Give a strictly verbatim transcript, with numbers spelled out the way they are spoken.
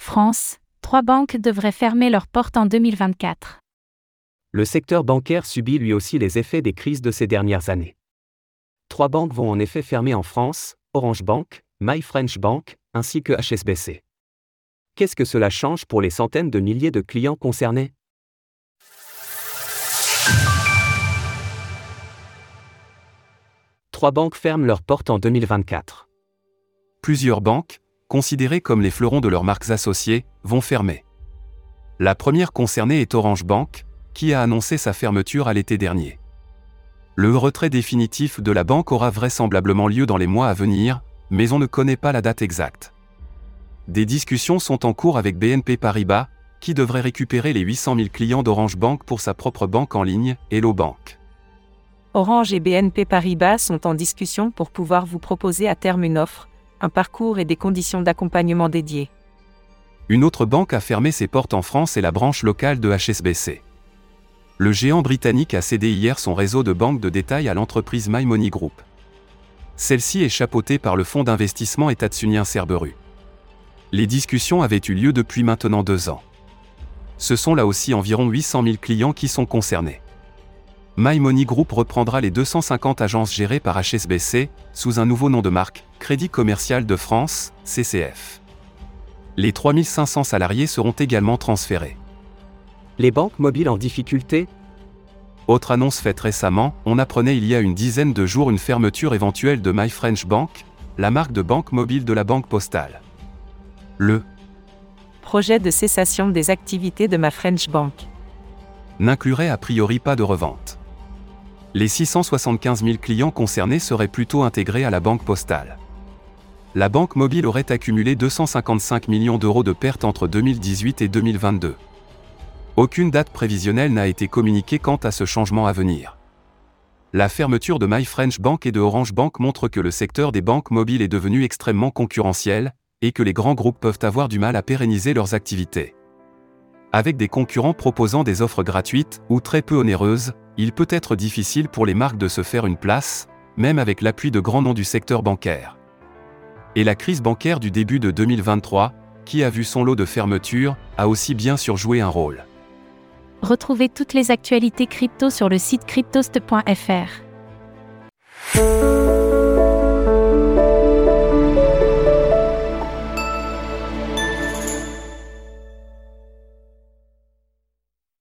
France, trois banques devraient fermer leurs portes en deux mille vingt-quatre. Le secteur bancaire subit lui aussi les effets des crises de ces dernières années. Trois banques vont en effet fermer en France, Orange Bank, My French Bank, ainsi que H S B C. Qu'est-ce que cela change pour les centaines de milliers de clients concernés ? Trois banques ferment leurs portes en deux mille vingt-quatre. Plusieurs banques, considérées comme les fleurons de leurs marques associées, vont fermer. La première concernée est Orange Bank, qui a annoncé sa fermeture à l'été dernier. Le retrait définitif de la banque aura vraisemblablement lieu dans les mois à venir, mais on ne connaît pas la date exacte. Des discussions sont en cours avec B N P Paribas, qui devrait récupérer les huit cent mille clients d'Orange Bank pour sa propre banque en ligne, Hello Bank. Orange et B N P Paribas sont en discussion pour pouvoir vous proposer à terme une offre, un parcours et des conditions d'accompagnement dédiées. Une autre banque a fermé ses portes en France et la branche locale de H S B C. Le géant britannique a cédé hier son réseau de banques de détail à l'entreprise My Money Group. Celle-ci est chapeautée par le fonds d'investissement étatsunien Cerberus. Les discussions avaient eu lieu depuis maintenant deux ans. Ce sont là aussi environ huit cent mille clients qui sont concernés. My Money Group reprendra les deux cent cinquante agences gérées par H S B C, sous un nouveau nom de marque, Crédit Commercial de France, C C F. Les trois mille cinq cents salariés seront également transférés. Les banques mobiles en difficulté ? Autre annonce faite récemment, on apprenait il y a une dizaine de jours une fermeture éventuelle de My French Bank, la marque de banque mobile de la Banque Postale. Le projet de cessation des activités de My French Bank n'inclurait a priori pas de revente. Les six cent soixante-quinze mille clients concernés seraient plutôt intégrés à la Banque Postale. La banque mobile aurait accumulé deux cent cinquante-cinq millions d'euros de pertes entre deux mille dix-huit et deux mille vingt-deux. Aucune date prévisionnelle n'a été communiquée quant à ce changement à venir. La fermeture de My French Bank et de Orange Bank montre que le secteur des banques mobiles est devenu extrêmement concurrentiel, et que les grands groupes peuvent avoir du mal à pérenniser leurs activités. Avec des concurrents proposant des offres gratuites ou très peu onéreuses, il peut être difficile pour les marques de se faire une place, même avec l'appui de grands noms du secteur bancaire. Et la crise bancaire du début de deux mille vingt-trois, qui a vu son lot de fermetures, a aussi bien sûr joué un rôle. Retrouvez toutes les actualités crypto sur le site cryptost point f r.